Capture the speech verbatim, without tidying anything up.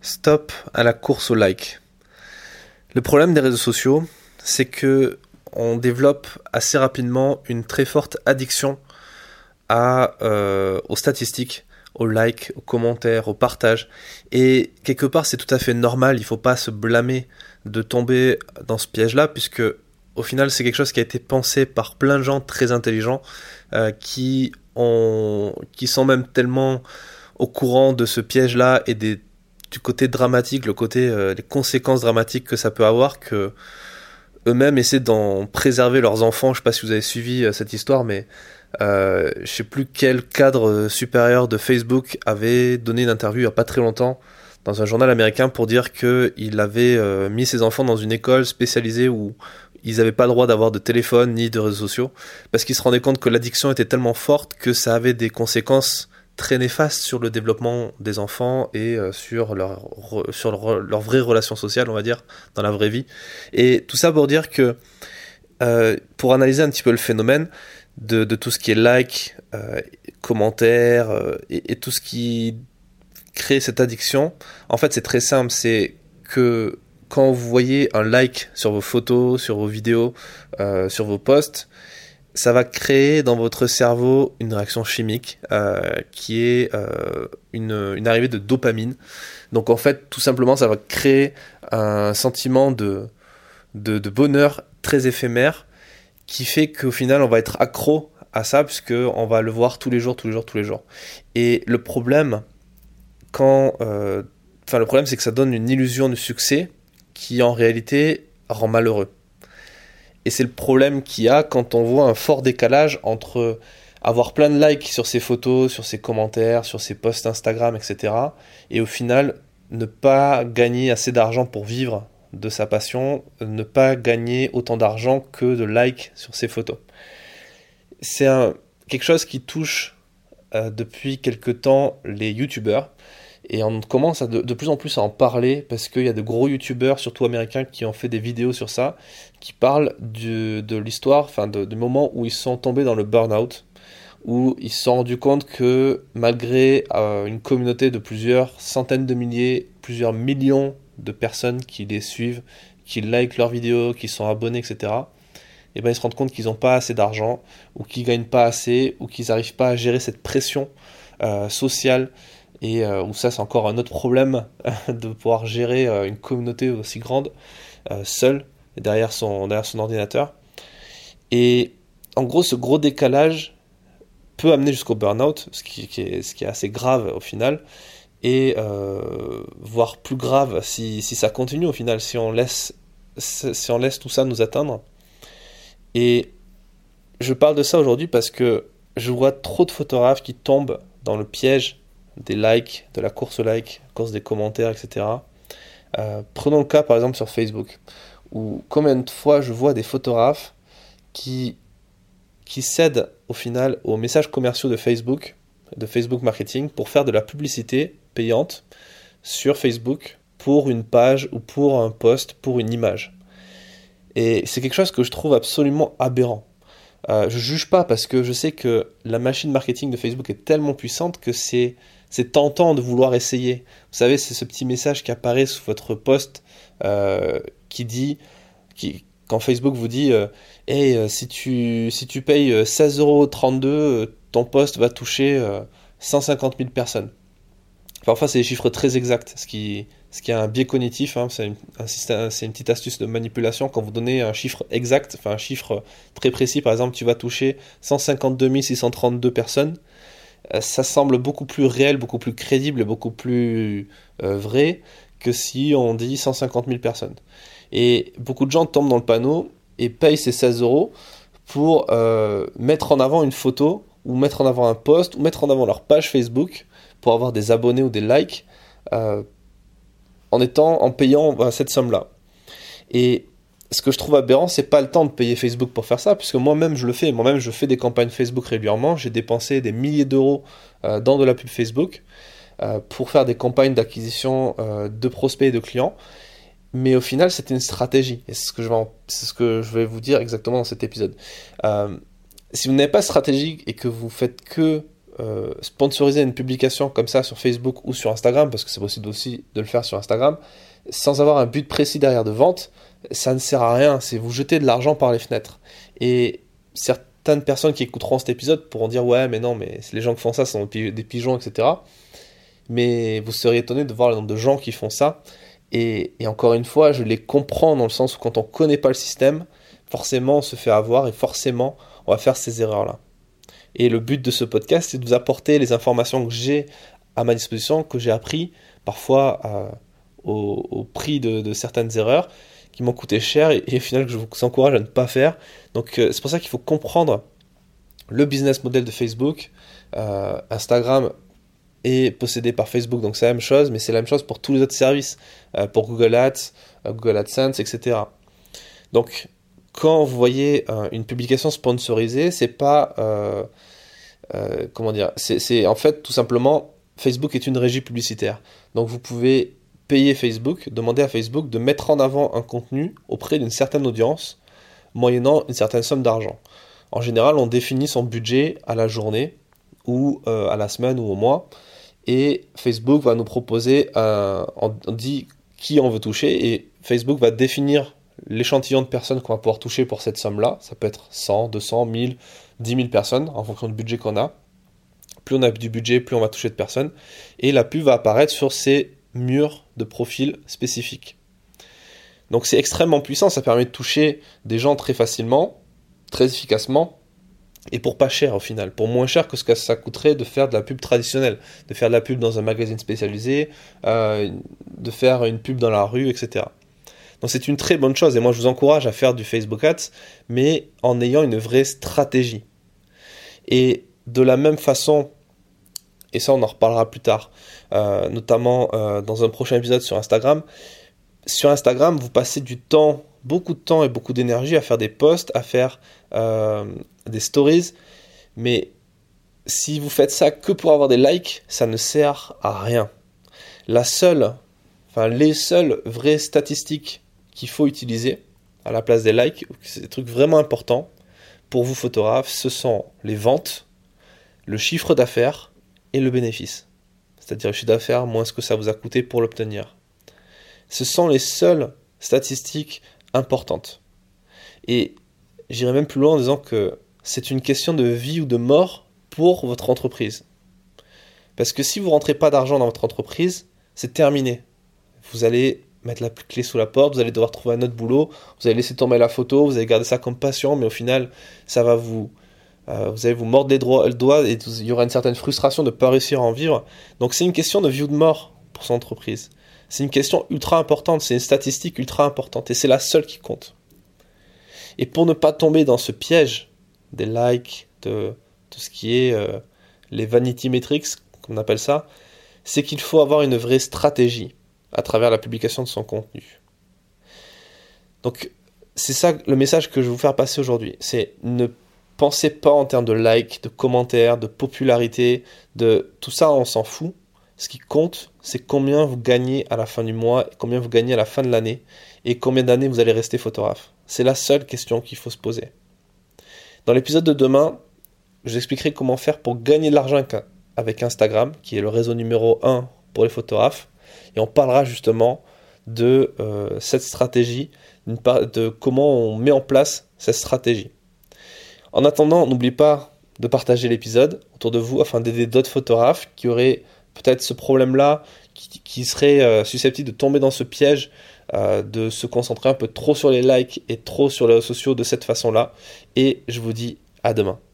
Stop à la course au like. Le problème des réseaux sociaux, c'est que on développe assez rapidement une très forte addiction à, euh, aux statistiques, aux likes, aux commentaires, aux partages. Et quelque part, c'est tout à fait normal, il ne faut pas se blâmer de tomber dans ce piège-là, puisque au final, c'est quelque chose qui a été pensé par plein de gens très intelligents euh, qui, ont, qui sont même tellement au courant de ce piège-là et des, du côté dramatique, le côté, euh, les conséquences dramatiques que ça peut avoir, que eux-mêmes essaient d'en préserver leurs enfants. Je ne sais pas si vous avez suivi euh, cette histoire, mais euh, je ne sais plus quel cadre supérieur de Facebook avait donné une interview il n'y a pas très longtemps dans un journal américain pour dire qu'il avait euh, mis ses enfants dans une école spécialisée où ils n'avaient pas le droit d'avoir de téléphone ni de réseaux sociaux, parce qu'ils se rendaient compte que l'addiction était tellement forte que ça avait des conséquences très néfastes sur le développement des enfants et euh, sur, leur, sur leur, leur vraie relation sociale, on va dire, dans la vraie vie. Et tout ça pour dire que, euh, pour analyser un petit peu le phénomène de, de tout ce qui est like, euh, commentaires euh, et, et tout ce qui crée cette addiction, en fait c'est très simple, c'est que quand vous voyez un like sur vos photos, sur vos vidéos, euh, sur vos posts, ça va créer dans votre cerveau une réaction chimique euh, qui est euh, une, une arrivée de dopamine. Donc en fait, tout simplement, ça va créer un sentiment de, de, de bonheur très éphémère qui fait qu'au final, on va être accro à ça puisqu'on va le voir tous les jours, tous les jours, tous les jours. Et le problème, quand, euh, enfin, le problème, c'est que ça donne une illusion de succès qui en réalité rend malheureux. Et c'est le problème qu'il y a quand on voit un fort décalage entre avoir plein de likes sur ses photos, sur ses commentaires, sur ses posts Instagram, et cetera. Et au final, ne pas gagner assez d'argent pour vivre de sa passion, ne pas gagner autant d'argent que de likes sur ses photos. C'est un, quelque chose qui touche euh, depuis quelque temps les youtubeurs. Et on commence à de, de plus en plus à en parler parce qu'il y a de gros youtubeurs, surtout américains, qui ont fait des vidéos sur ça, qui parlent du, de l'histoire, enfin de, du moment où ils sont tombés dans le burn-out, où ils se sont rendus compte que malgré euh, une communauté de plusieurs centaines de milliers, plusieurs millions de personnes qui les suivent, qui likent leurs vidéos, qui sont abonnés, et cetera, et ben ils se rendent compte qu'ils n'ont pas assez d'argent, ou qu'ils ne gagnent pas assez, ou qu'ils n'arrivent pas à gérer cette pression euh, sociale. Et euh, où ça c'est encore un autre problème de pouvoir gérer euh, une communauté aussi grande euh, seul derrière son, derrière son ordinateur. Et en gros ce gros décalage peut amener jusqu'au burn-out, ce qui, qui, est, ce qui est assez grave au final, et euh, voire plus grave si, si ça continue au final, si on, laisse, si on laisse tout ça nous atteindre. Et je parle de ça aujourd'hui parce que je vois trop de photographes qui tombent dans le piège des likes, de la course au like, course des commentaires, et cetera. Euh, prenons le cas par exemple sur Facebook, où combien de fois je vois des photographes qui, qui cèdent au final aux messages commerciaux de Facebook, de Facebook Marketing, pour faire de la publicité payante sur Facebook pour une page ou pour un post, pour une image. Et c'est quelque chose que je trouve absolument aberrant. Euh, je juge pas parce que je sais que la machine marketing de Facebook est tellement puissante que c'est C'est tentant de vouloir essayer. Vous savez, c'est ce petit message qui apparaît sous votre post euh, qui dit, qui, quand Facebook vous dit euh, hey, euh, si, tu, si tu payes seize euros trente-deux, euh, ton post va toucher euh, cent cinquante mille personnes. Parfois, c'est des chiffres très exacts, ce qui, ce qui a un biais cognitif. Hein, c'est, une, un système, c'est une petite astuce de manipulation. Quand vous donnez un chiffre exact, enfin un chiffre très précis, par exemple, tu vas toucher cent cinquante-deux mille six cent trente-deux personnes. Ça semble beaucoup plus réel, beaucoup plus crédible, beaucoup plus euh, vrai que si on dit cent cinquante mille personnes. Et beaucoup de gens tombent dans le panneau et payent ces seize euros pour euh, mettre en avant une photo ou mettre en avant un post ou mettre en avant leur page Facebook pour avoir des abonnés ou des likes euh, en, étant, en payant ben, cette somme-là. Et ce que je trouve aberrant, c'est pas le temps de payer Facebook pour faire ça, puisque moi-même je le fais. Moi-même je fais des campagnes Facebook régulièrement. J'ai dépensé des milliers d'euros euh, dans de la pub Facebook euh, pour faire des campagnes d'acquisition euh, de prospects et de clients. Mais au final, c'était une stratégie. Et c'est ce que je vais, en, c'est ce que je vais vous dire exactement dans cet épisode. Euh, si vous n'avez pas de stratégie et que vous faites que euh, sponsoriser une publication comme ça sur Facebook ou sur Instagram, parce que c'est possible aussi de le faire sur Instagram, sans avoir un but précis derrière de vente, ça ne sert à rien, c'est vous jeter de l'argent par les fenêtres. Et certaines personnes qui écouteront cet épisode pourront dire « Ouais, mais non, mais les gens qui font ça sont des pigeons, et cetera » Mais vous seriez étonné de voir le nombre de gens qui font ça. Et, et encore une fois, je les comprends dans le sens où quand on ne connaît pas le système, forcément on se fait avoir et forcément on va faire ces erreurs-là. Et le but de ce podcast, c'est de vous apporter les informations que j'ai à ma disposition, que j'ai appris, parfois euh, au, au prix de, de certaines erreurs, qui m'ont coûté cher et, et au final que je vous encourage à ne pas faire. Donc euh, c'est pour ça qu'il faut comprendre le business model de Facebook. Euh, Instagram est possédé par Facebook, donc c'est la même chose, mais c'est la même chose pour tous les autres services, euh, pour Google Ads, euh, Google AdSense, et cetera. Donc quand vous voyez euh, une publication sponsorisée, c'est pas euh, euh, comment dire, c'est, c'est en fait tout simplement Facebook est une régie publicitaire. Donc vous pouvez payer Facebook, demander à Facebook de mettre en avant un contenu auprès d'une certaine audience, moyennant une certaine somme d'argent. En général, on définit son budget à la journée ou euh, à la semaine ou au mois, et Facebook va nous proposer, un, on dit qui on veut toucher, et Facebook va définir l'échantillon de personnes qu'on va pouvoir toucher pour cette somme-là. Ça peut être cent, deux cents, mille, dix mille personnes en fonction du budget qu'on a. Plus on a du budget, plus on va toucher de personnes. Et la pub va apparaître sur ces murs de profil spécifiques. Donc c'est extrêmement puissant, ça permet de toucher des gens très facilement, très efficacement, et pour pas cher au final, pour moins cher que ce que ça coûterait de faire de la pub traditionnelle, de faire de la pub dans un magazine spécialisé, euh, de faire une pub dans la rue, et cetera. Donc c'est une très bonne chose, et moi je vous encourage à faire du Facebook Ads, mais en ayant une vraie stratégie. Et de la même façon, et ça on en reparlera plus tard, euh, notamment euh, dans un prochain épisode sur Instagram, sur Instagram vous passez du temps, beaucoup de temps et beaucoup d'énergie à faire des posts, à faire euh, des stories, mais si vous faites ça que pour avoir des likes, ça ne sert à rien. La seule, enfin les seules vraies statistiques qu'il faut utiliser à la place des likes, c'est des trucs vraiment importants pour vous photographes, ce sont les ventes, le chiffre d'affaires et le bénéfice. C'est-à-dire le chiffre d'affaires moins ce que ça vous a coûté pour l'obtenir. Ce sont les seules statistiques importantes. Et j'irai même plus loin en disant que c'est une question de vie ou de mort pour votre entreprise. Parce que si vous ne rentrez pas d'argent dans votre entreprise, c'est terminé. Vous allez mettre la clé sous la porte, vous allez devoir trouver un autre boulot, vous allez laisser tomber la photo, vous allez garder ça comme passion, mais au final, ça va vous, euh, vous allez vous mordre les doigts, le doigt et il y aura une certaine frustration de ne pas réussir à en vivre. Donc c'est une question de vie ou de mort pour son entreprise. C'est une question ultra importante, c'est une statistique ultra importante et c'est la seule qui compte. Et pour ne pas tomber dans ce piège des likes, de tout ce qui est euh, les vanity metrics, comme on appelle ça, c'est qu'il faut avoir une vraie stratégie à travers la publication de son contenu. Donc, c'est ça le message que je vais vous faire passer aujourd'hui. C'est ne pensez pas en termes de likes, de commentaires, de popularité, de tout ça, on s'en fout. Ce qui compte, c'est combien vous gagnez à la fin du mois, combien vous gagnez à la fin de l'année, et combien d'années vous allez rester photographe. C'est la seule question qu'il faut se poser. Dans l'épisode de demain, je vous expliquerai comment faire pour gagner de l'argent avec Instagram, qui est le réseau numéro un pour les photographes. Et on parlera justement de euh, cette stratégie, de comment on met en place cette stratégie. En attendant, n'oubliez pas de partager l'épisode autour de vous afin d'aider d'autres photographes qui auraient peut-être ce problème-là, qui, qui seraient euh, susceptibles de tomber dans ce piège, euh, de se concentrer un peu trop sur les likes et trop sur les réseaux sociaux de cette façon-là. Et je vous dis à demain.